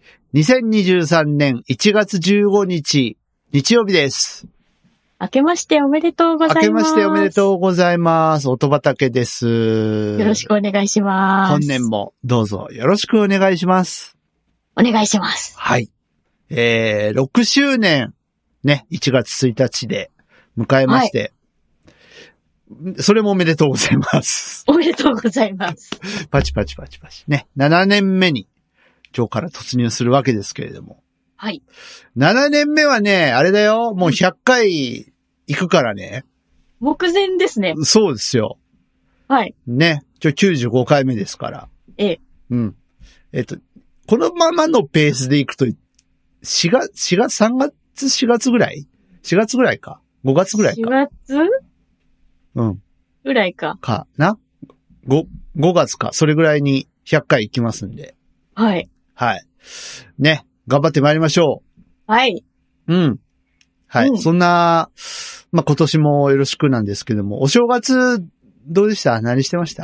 2023年1月15日、日曜日です。 明けましておめでとうございます。 明けましておめでとうございます。音畑です。 よろしくお願いします。 本年もどうぞよろしくお願いします。 お願いします。 はい。6周年、ね、1月1日で迎えまして、はい、それもおめでとうございます。 おめでとうございます。 パチパチパチパチ。ね、7年目に今日から突入するわけですけれども。 はい。 7年目はね、あれだよ、もう100回行くからね。 目前ですね。 そうですよ。 はい。 ね、95回目ですから。うん。このままのペースで行くと、4月ぐらい ?4 月ぐらいか。5月ぐらいか。 4月うん。 ぐらいか。 かな 5月か。それぐらいに100回行きますんで。 はい。 はい。ね。頑張ってまいりましょう。 はい。 うん。はい。そんな、まあ、今年もよろしくなんですけども、お正月、どうでした？何してました？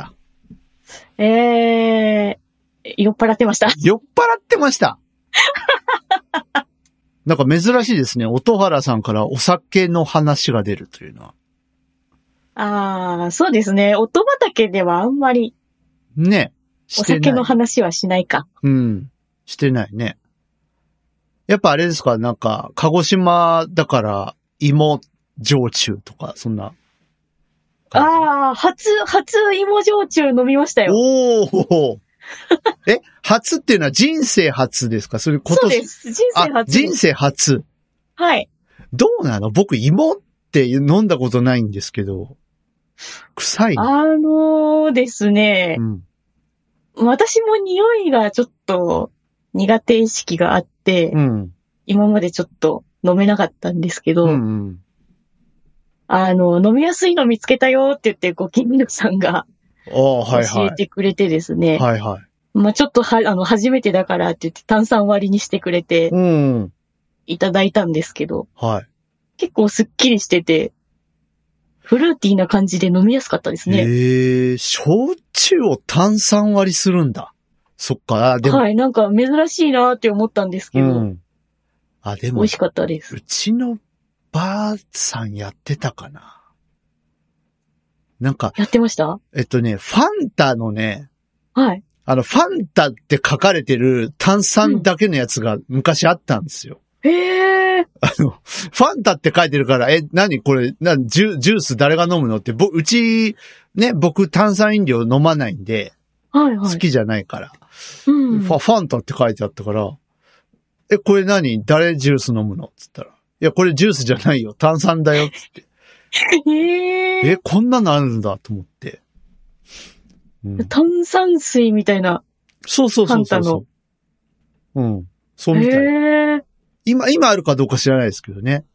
酔っ払ってました。 酔っ払ってました。なんか珍しいですね。音原さんからお酒の話が出るというのは。そうですね。音畑ではあんまり。 ね。 お酒の話はしないか。 うん。してないね。やっぱあれですか、なんか、鹿児島だから、芋焼酎とか、そんな。 初芋焼酎飲みましたよ。 おー初っていうのは人生初ですか？それ今年。 そうです。人生初。 人生初。 はい。 どうなの？僕芋って飲んだことないんですけど。臭いの？ ですね。私も匂いがちょっと苦手意識があって、今までちょっと飲めなかったんですけど、飲みやすいの見つけたよって言ってご近所さんが教えてくれてですね。 はいはい。 まあちょっと初めてだからって言って炭酸割りにしてくれて、いただいたんですけど、結構スッキリしてて、フルーティーな感じで飲みやすかったですね。 焼酎を炭酸割りするんだ。そっか、 でも。はい、なんか珍しいなーって思ったんですけど。でも。美味しかったです。 うちのばあさんやってたかな。なんか。 やってました？ ファンタのね。 はい。 ファンタって書かれてる炭酸だけのやつが昔あったんですよ。 へー。 ファンタって書いてるから、何これ、ジュース誰が飲むのって、うち、ね、僕炭酸飲料飲まないんで、好きじゃないから。ファンタって書いてあったから、これ誰ジュース飲むのつったら、いや、これジュースじゃないよ、炭酸だよ、つって。こんなのあるんだ、と思って。 炭酸水みたいな。 そう。そうみたい。今あるかどうか知らないですけどね。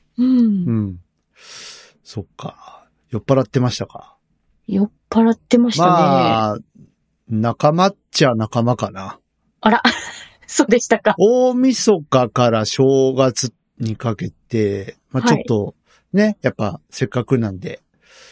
そっか。酔っ払ってましたか？ 酔っ払ってましたね。 まあ、仲間っちゃ仲間かな。 あら、そうでしたか。 大晦日から正月にかけて、まあちょっとね、やっぱせっかくなんで、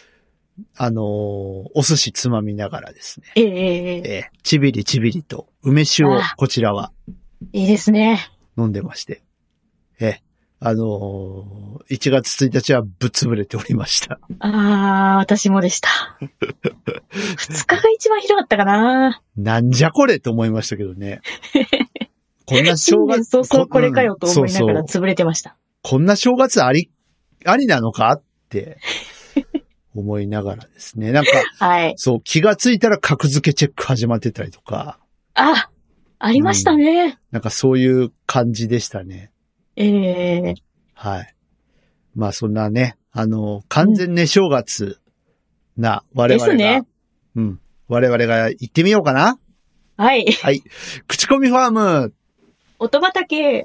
お寿司つまみながらですね。ちびりちびりと梅酒をこちらは。 いいですね。 飲んでまして。1月1日はぶっ潰れておりました。 私もでした。2日が一番ひどかったかな。 なんじゃこれと思いましたけどね。こんな正月。 そうこれかよと思いながら潰れてました。 こんな正月ありなのかって思いながらですね。なんか、そう、気がついたら格付けチェック始まってたりとか。 ありましたね。 なんかそういう感じでしたね。はい。まあそんなね、完全寝正月な我々が。ですね。我々が行ってみようかな。 はい。 はい。口コミファーム。 音畑。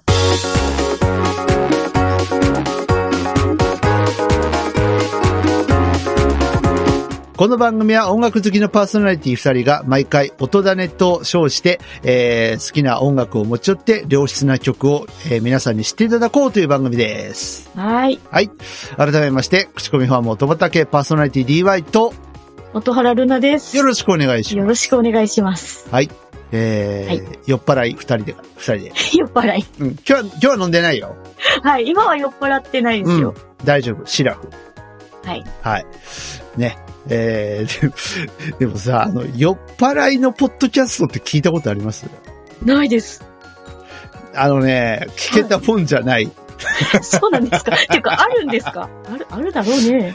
この番組は音楽好きのパーソナリティ2人が毎回音種と称して、好きな音楽を持ち寄って良質な曲を、皆さんに知っていただこうという番組です。 はい。 はい。改めまして、口コミファーム音畑パーソナリティ DY と音原ルナです。 よろしくお願いします。 よろしくお願いします。 はい。 はい、 酔っ払い二人で。 酔っ払い。 うん。今日は飲んでないよ。 はい。今は酔っ払ってないですよ。 うん、大丈夫。シラフ。 はい。 はい。ね。でもさ、酔っ払いのポッドキャストって聞いたことあります？ ないです。 聞けたもんじゃない。 そうなんですか？っていうか、あるんですか？あるだろうね。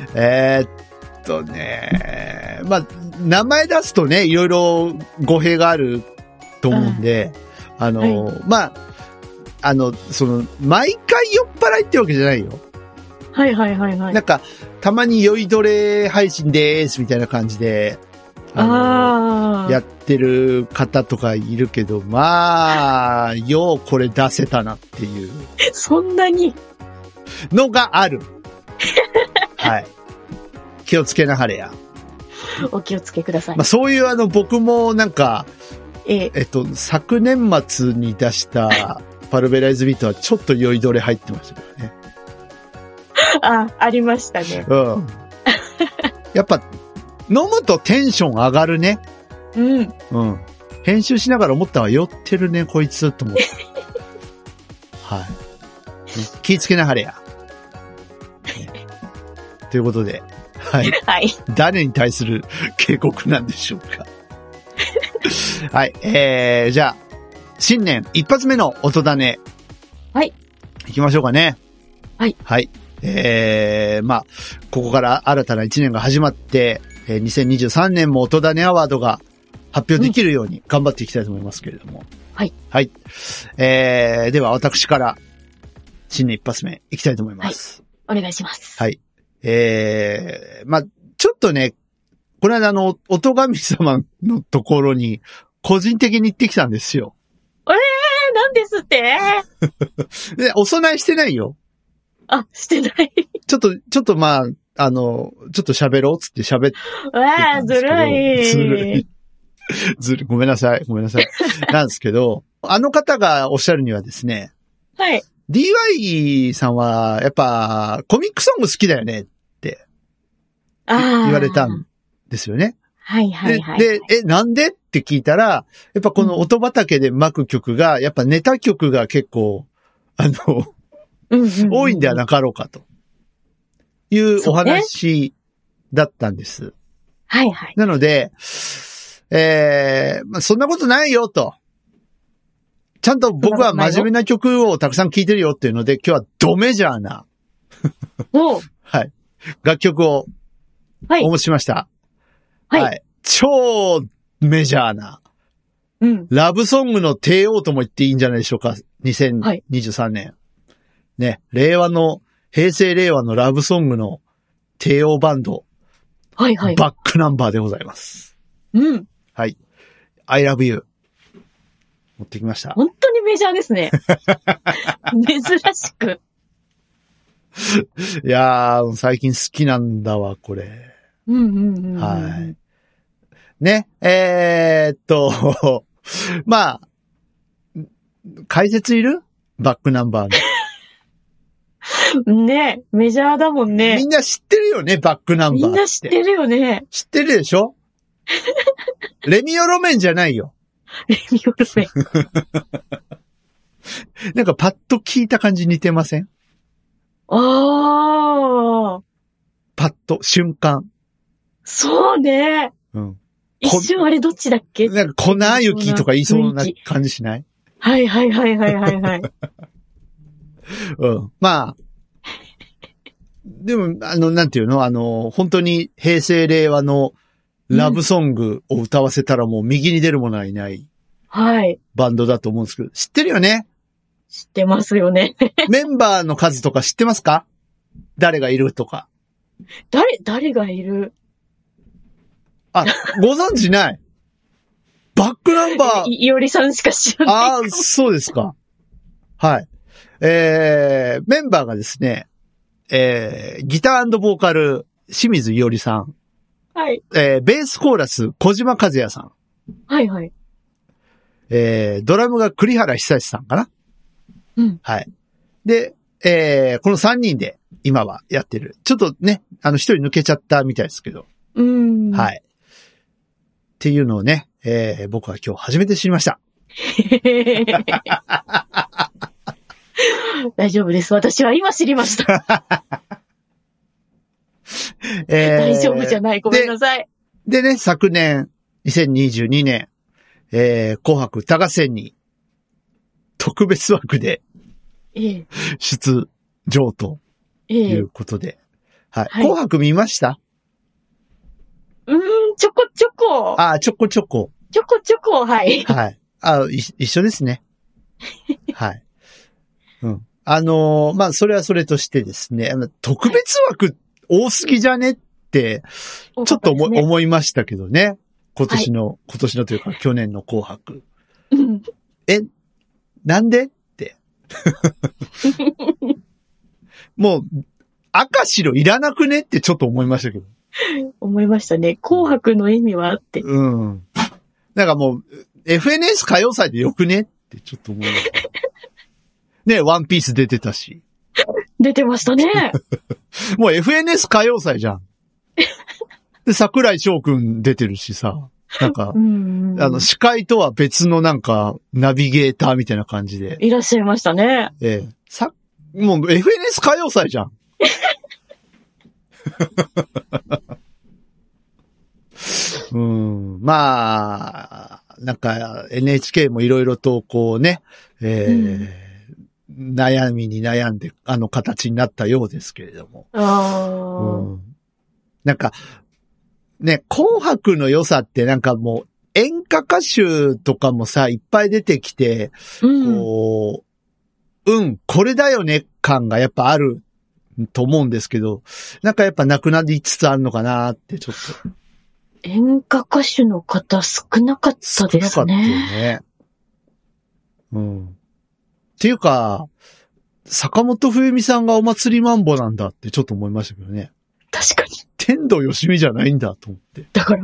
まあ、名前出すとね、いろいろ語弊があると思うんで、はい、まあ、毎回酔っ払いってわけじゃないよ。 はいはいはいはい。 なんか、たまに酔いどれ配信でーすみたいな感じで、やってる方とかいるけど、まあ、ようこれ出せたなっていう。 そんなにのがある。はい。気をつけなはれや。 お気をつけください。 まあそういう僕もなんか、昨年末に出したパルベライズビートはちょっと酔いどれ入ってましたけどね。 ありましたね。 うん。やっぱ、飲むとテンション上がるね。 うん。 うん。編集しながら思ったわ、酔ってるね、こいつ、と思って。はい。気ぃつけなはれや。ということで、はい。 はい。 誰に対する警告なんでしょうか。はい。じゃあ、新年一発目の音種。 はい。 行きましょうかね。 はい。 はい。まあ、ここから新たな一年が始まって、2023年も音種アワードが発表できるように頑張っていきたいと思いますけれども。 はい。 はい。では私から新年一発目いきたいと思います。 はい。お願いします。 はい。まあ、ちょっとね、この間音神様のところに個人的に行ってきたんですよ。 なんですってで、お供えしてないよ。 あ、してない。 ちょっとまあ、ちょっと喋ろうつって喋ってたんですけど。ずるい。ごめんなさい。なんですけど、あの方がおっしゃるにはですね。 はい。 DY さんは、やっぱ、コミックソング好きだよねって、言われたんですよね。 はいはいはい。 で、なんでって聞いたら、やっぱこの音畑で巻く曲が、やっぱネタ曲が結構、多いんではなかろうかと。いうお話だったんです。 はいはい。 なので、まあ、そんなことないよと。ちゃんと僕は真面目な曲をたくさん聴いてるよっていうので、今日はドメジャーなはい。楽曲をお持ちしました。 はい。はい。 超メジャーな。 うん。 ラブソングの帝王とも言っていいんじゃないでしょうか。2023年。はい、ね。平成令和のラブソングの帝王バンド。 はいはい。 バックナンバーでございます。 うん。 はい。I love you。持ってきました。 本当にメジャーですね。珍しく。 いやー、最近好きなんだわ、これ。はい。ね、まあ、解説いる？バックナンバーの。ね、メジャーだもんね。 みんな知ってるよね、バックナンバーって。 みんな知ってるよね。 知ってるでしょ？レミオロメンじゃないよ。 レミオロメン。 なんかパッと聞いた感じ似てません？ ああ。 パッと、瞬間。 そうね。 うん。 一瞬あれどっちだっけ？ なんか粉雪とか言いそうな感じしない？ はいはいはいはいはいはい。 うん。まあ。でも、なんていうの？本当に平成令和のラブソングを歌わせたらもう右に出る者はいない。 はい。 バンドだと思うんですけど、知ってるよね？ 知ってますよね。 メンバーの数とか知ってますか？誰がいるとか。 誰がいる？ あ、ご存知ない？バックナンバー。 いおりさんしか知らない。 ああ、そうですか。はい。メンバーがですね、ギター&ボーカル、清水いおりさん。 はい。 ベースコーラス、小島和也さん。 はいはい。 ドラムが栗原久志さんかな。 うん。 はい。で、この3人で今はやってる。ちょっとね、1人抜けちゃったみたいですけど。 はい。 っていうのをね、 僕は今日初めて知りました。 大丈夫です。私は今知りました。大丈夫じゃない。ごめんなさい。 でね、昨年、2022年、紅白歌合戦に、特別枠で、出場ということで。はい。紅白見ました？ ちょこちょこ。 ちょこちょこ。 ちょこちょこ、はい。 はい。一緒ですね。はい。うん。まあ、それはそれとしてですね、特別枠多すぎじゃねって、ちょっと思いましたけどね。今年のというか、去年の紅白。なんでって。もう、赤白いらなくねってちょっと思いましたけど。 思いましたね。紅白の意味はあって。 うん。なんかもう、FNS 歌謡祭でよくねってちょっと思いました。ね、ワンピース出てたし。 出てましたね。 もう FNS 歌謡祭じゃん。で、桜井翔くん出てるしさ。なんか、司会とは別のなんか、ナビゲーターみたいな感じで。 いらっしゃいましたね。 もう FNS 歌謡祭じゃん。まあ、なんか NHK もいろいろとこうね、悩みに悩んで形になったようですけれども。なんか、ね、紅白の良さってなんかもう演歌歌手とかもさ、いっぱい出てきて、これだよね感がやっぱあると思うんですけど、なんかやっぱなくなりつつあるのかなってちょっと。 演歌歌手の方少なかったですね。少なかったよね。 っていうか、坂本冬美さんがお祭りマンボなんだってちょっと思いましたけどね。 確かに。 天童よしみじゃないんだと思って。 だから。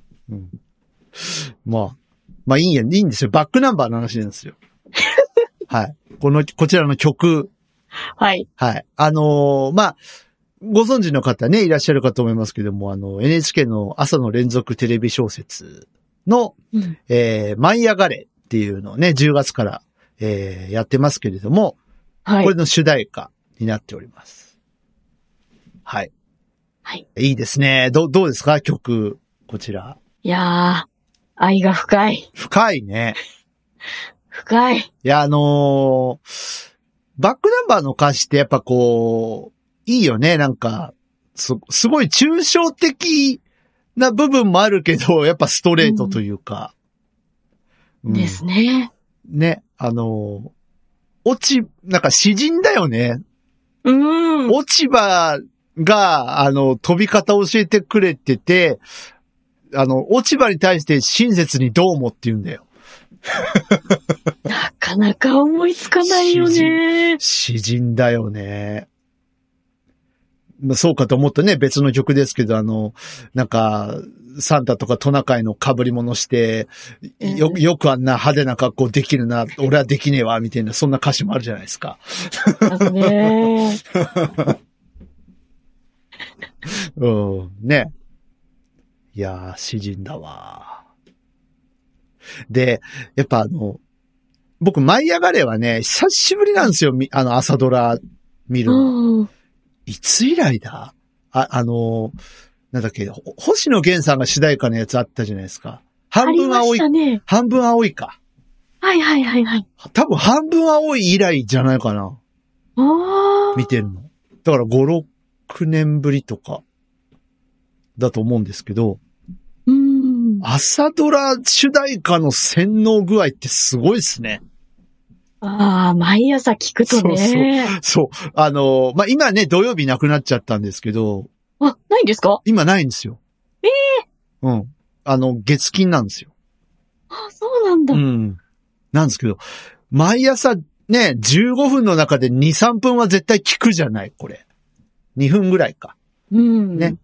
まあいいんですよ。バックナンバーの話なんですよ。はい。こちらの曲。 はい。 はい。まあ、ご存知の方ね、いらっしゃるかと思いますけども、NHK の朝の連続テレビ小説の、舞い上がれっていうのをね、10月から、やってますけれども、はい。これの主題歌になっております。はい。 はい。 いいですね。どうですか曲、こちら。 いやー、愛が深い。 深いね。 深い。 いや、バックナンバーの歌詞ってやっぱこう、いいよね。なんか、すごい抽象的な部分もあるけど、やっぱストレートというか。 ですね。 ね、なんか詩人だよね。落ち葉が、飛び方を教えてくれてて、落ち葉に対して親切にどうもって言うんだよ。 なかなか思いつかないよね。 詩人だよね。そうかと思ったね、別の曲ですけど、なんか、サンタとかトナカイの被り物して、よくあんな派手な格好できるな、俺はできねえわ、みたいな、そんな歌詞もあるじゃないですか。 ねね。いやー、詩人だわ。で、やっぱ僕、舞い上がれはね、久しぶりなんですよ、朝ドラ見るの。いつ以来だ？なんだっけ、星野源さんが主題歌のやつあったじゃないですか。半分青い。ね、半分青いか。 はいはいはいはい。 多分半分青い以来じゃないかな。見てるの。だから5、6年ぶりとか、だと思うんですけど、朝ドラ主題歌の洗脳具合ってすごいですね。 毎朝聞くとね。 そう。まあ、今ね、土曜日なくなっちゃったんですけど。 ないんですか？ 今ないんですよ。月金なんですよ。 そうなんだ。 なんですけど、毎朝ね、15分の中で2、3分は絶対聞くじゃない、これ。2分ぐらいか。ね。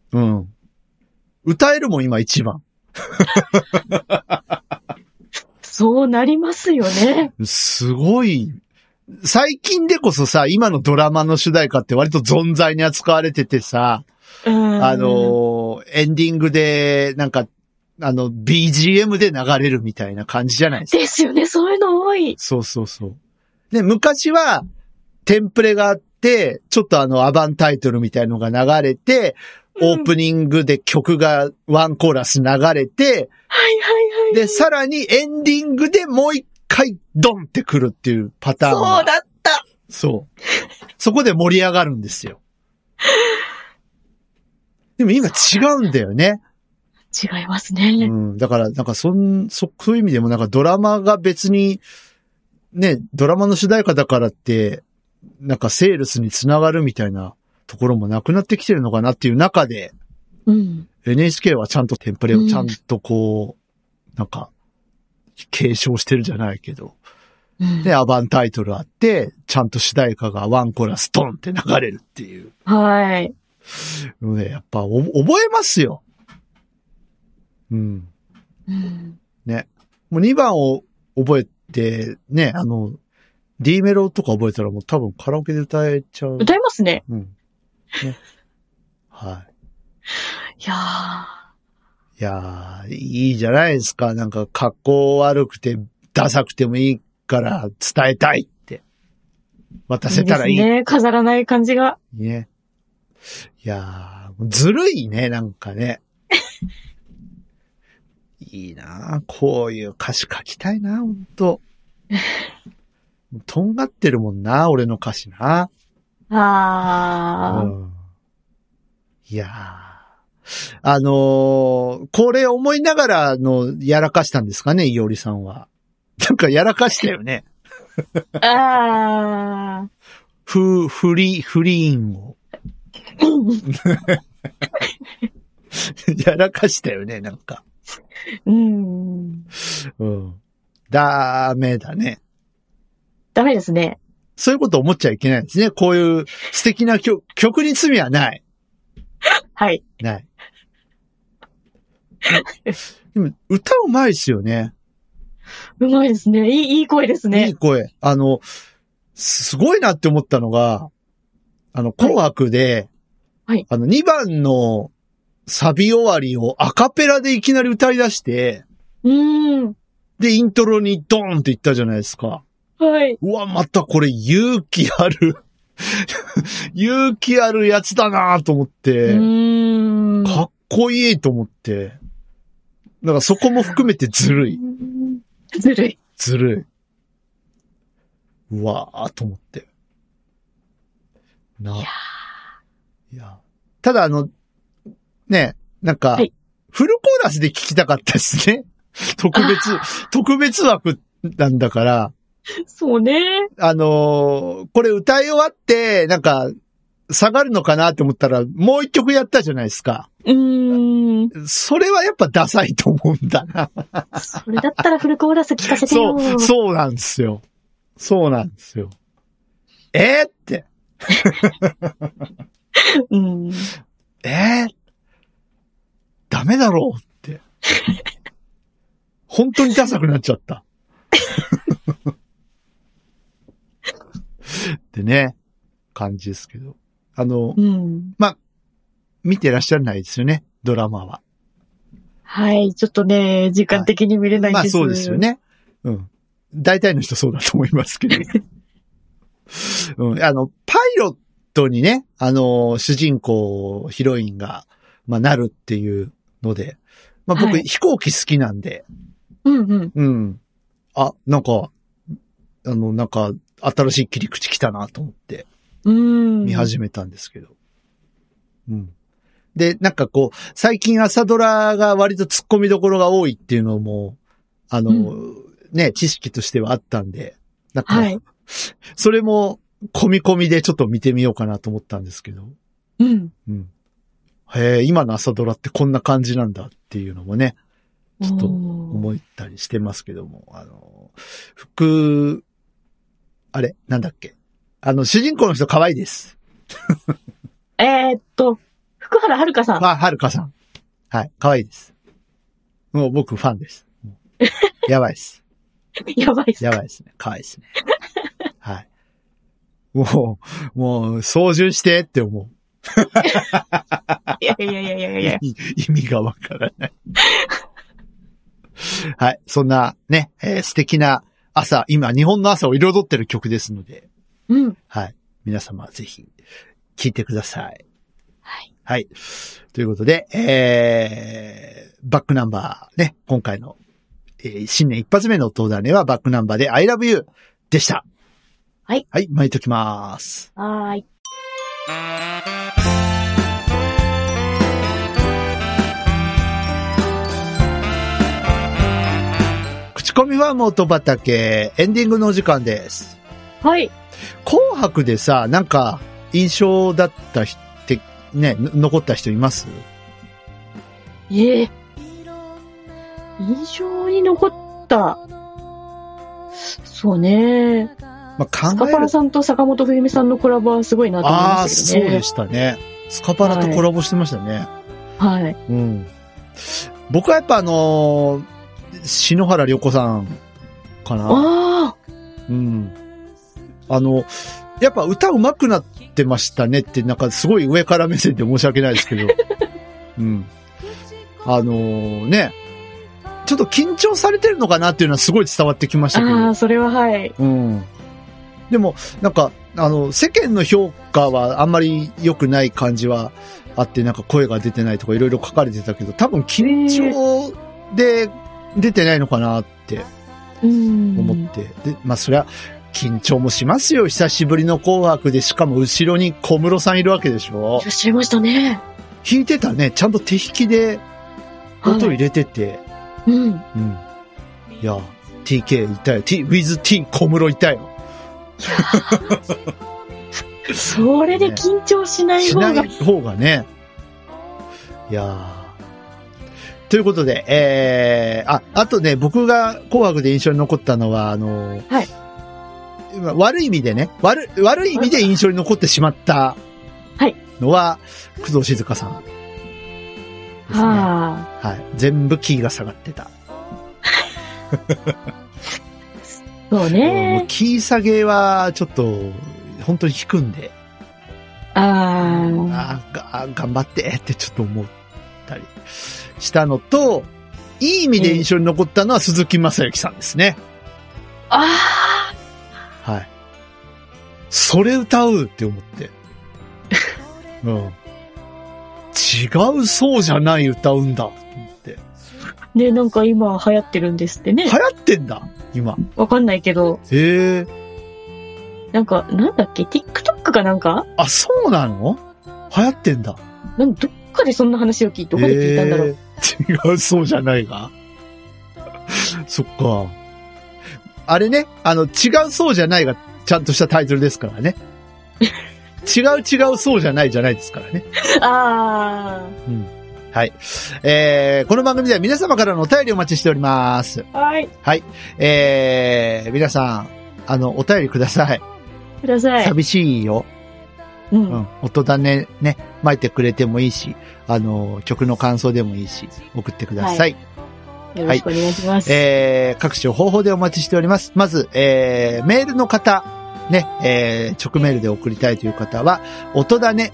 歌えるもん、今一番。 そうなりますよね。 すごい。最近でこそさ、今のドラマの主題歌って割と存在に扱われててさ、エンディングで、なんか、 BGM で流れるみたいな感じじゃないですか。 ですよね、そういうの多い。 そうそうそう。で、昔は、テンプレがあって、ちょっとアバンタイトルみたいのが流れて、オープニングで曲がワンコーラス流れて、はいはいはい。で、さらにエンディングでもう一回ドンってくるっていうパターン。 そうだった。 そう。そこで盛り上がるんですよ。でも今違うんだよね。 違いますね。 うん。だから、なんかそういう意味でもなんかドラマが別に、ね、ドラマの主題歌だからって、なんかセールスにつながるみたいなところもなくなってきてるのかなっていう中で、うん、NHK はちゃんとテンプレをちゃんとこう、なんか、継承してるじゃないけど、うん、で、アバンタイトルあって、ちゃんと主題歌がワンコーラストンって流れるっていう。 はい。 ね、やっぱ覚えますよ。うん。うん、ね。もう2番を覚えて、ね、D メロとか覚えたらもう多分カラオケで歌えちゃう。 歌えますね。 うん。ね。はい。 いやー、いいじゃないですか。なんか格好悪くてダサくてもいいから伝えたいって渡せたらいい。 いいですね。飾らない感じが。 ね。いやー、ずるいね、なんかね。いいなぁ。こういう歌詞書きたいな、ほんと。とんがってるもんな、俺の歌詞な。 うん、 いやー。これ思いながらやらかしたんですかね、いおりさんは。なんかやらかしたよね。フリーンを。やらかしたよね、なんか。うん。ダメだね。 ダメですね。 そういうこと思っちゃいけないんですね。こういう素敵な曲に罪はない。 はい。 ない。でも、歌うまいですよね。 うまいですね。いい声ですね。 いい声。すごいなって思ったのが、紅白で、はい。2番のサビ終わりをアカペラでいきなり歌い出して、で、イントロにドーンって言ったじゃないですか。はい。うわ、またこれ勇気ある勇気あるやつだなと思って、かっこいいと思って、だからそこも含めてずるい。 ずるい。 ずるい。うわーと思って。いや。ただね、なんか、はい、フルコーラスで聞きたかったですね。特別枠なんだから。 そうね。 これ歌い終わって、なんか、下がるのかなって思ったら、もう一曲やったじゃないですか。それはやっぱダサいと思うんだな。 それだったらフルコーラス聞かせてよ。 そうなんですよ。そうなんですよ。って。ダメだろうって。本当にダサくなっちゃった。ってね、感じですけど。まあ、見てらっしゃらないですよね、ドラマは。 はい、ちょっとね、時間的に見れないんです。 まあそうですよね。うん。大体の人そうだと思いますけど。うん、パイロットにね、主人公、ヒロインが、まあ、なるっていうので、まあ僕、はい、飛行機好きなんで、うん。あ、なんか、なんか、新しい切り口来たなと思って、見始めたんですけど。うん。で、なんかこう、最近朝ドラが割と突っ込みどころが多いっていうのも、ね、知識としてはあったんで、なんか、はい、それも、込みでちょっと見てみようかなと思ったんですけど。うん。へえ、今の朝ドラってこんな感じなんだっていうのもね、ちょっと思ったりしてますけども、あれ、なんだっけ。主人公の人可愛いです。 福原遥さん。 遥さん。はい、可愛いです。もう僕ファンです。やばいです。 やばいです。 やばいですね。可愛いですね。はい。もう、操縦してって思う。 いや。 意味がわからない。 はい。そんなね、素敵な朝、今日本の朝を彩ってる曲ですので。 うん。 はい。皆様ぜひ聴いてください。 はい。 はい。ということで、バックナンバーね、今回の、新年一発目の登壇はバックナンバーで I love you でした。 はい。 はい、巻いときます。 はーい。 口コミファーム音畑、エンディングのお時間です。 はい。 紅白でさ、なんか、印象だった人って、ね、残った人います？ 印象に残った。そうね。 まあ、 スカパラさんと坂本冬美さんのコラボはすごいなと思いましたけどね。 そうでしたね。スカパラとコラボしてましたね。 はい。 うん。僕はやっぱ篠原涼子さんかな。 ああ。 うん。やっぱ歌上手くなってましたねって、なんかすごい上から目線で申し訳ないですけど。うん。ね。ちょっと緊張されてるのかなっていうのはすごい伝わってきましたけど。 ああ、それははい。 うん。でも、なんか、世間の評価はあんまり良くない感じはあって、なんか声が出てないとかいろいろ書かれてたけど、多分緊張で出てないのかなって思って。で、まあそりゃ、緊張もしますよ。久しぶりの紅白で、しかも後ろに小室さんいるわけでしょ。 いらっしゃいましたね。 弾いてたね。ちゃんと手弾きで音入れてて。 うん。うん。 いや、TK いたよ。with T 小室いたよ。 それで緊張しない方が。 しない方がね。いやー。ということで、あとね、僕が紅白で印象に残ったのは、 はい。 悪い意味でね、悪い意味で印象に残ってしまったのは、工藤静香さんですね。はい。全部キーが下がってた。 そうね。 キー下げはちょっと本当に低くんで。頑張ってってちょっと思ったりしたのと、いい意味で印象に残ったのは鈴木雅之さんですね。 はい。 それ歌うって思って。うん。違うそうじゃない歌うんだと思って。 で、なんか今流行ってるんですってね。 流行ってんだ今。 わかんないけど。 へえ。 なんか、なんだっけ ?TikTok かなんか？ あ、そうなの？流行ってんだ。 どっかでそんな話を聞いて、どこで聞いたんだろう。 違うそうじゃないが。そっか。あれね、違うそうじゃないがちゃんとしたタイトルですからね。違うそうじゃないですからね。うん。はい。この番組では皆様からのお便りをお待ちしております。 はい。 はい。皆さん、お便りください。 ください。 寂しいよ。 うん。 音種ね、巻いてくれてもいいし、曲の感想でもいいし、送ってください。 はい、よろしくお願いします。 各種方法でお待ちしております。まず、メールの方、ね、直メールで送りたいという方は、音種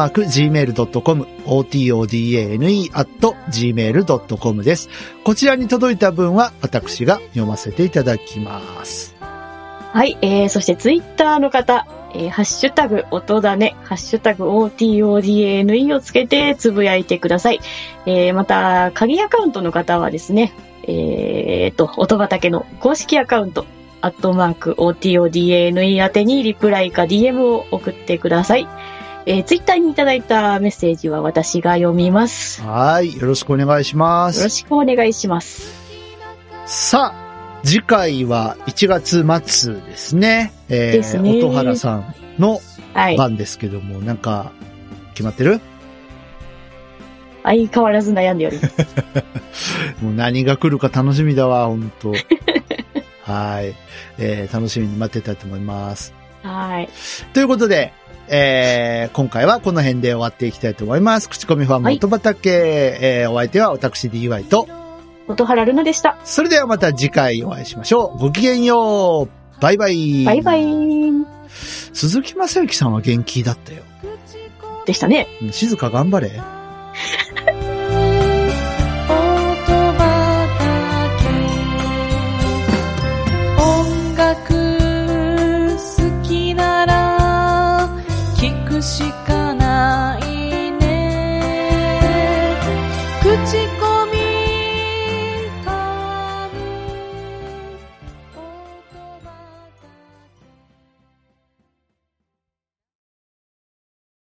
@gmail.com、otodane@gmail.com です。こちらに届いた分は、私が読ませていただきます。 はい、そしてツイッターの方、ハッシュタグ音種、ハッシュタグ OTODANE をつけてつぶやいてください。また、鍵アカウントの方はですね、音畑の公式アカウント、@OTODANE 宛てにリプライか DM を送ってください。ツイッターにいただいたメッセージは私が読みます。 はい。よろしくお願いします。 よろしくお願いします。 さあ、次回は1月末ですね。 ですね。 音原さんの番ですけども、なんか、決まってる？ 相変わらず悩んでおります。 もう何が来るか楽しみだわ、本当はい。楽しみに待ってたいと思います。 はい。 ということで、今回はこの辺で終わっていきたいと思います。口コミファンも音畑、お相手は私 DY と音原ルナでした。 それではまた次回お会いしましょう。ごきげんよう。バイバイ。 バイバイ。 鈴木雅之さんは元気だったよ。 でしたね。 静か頑張れ。 口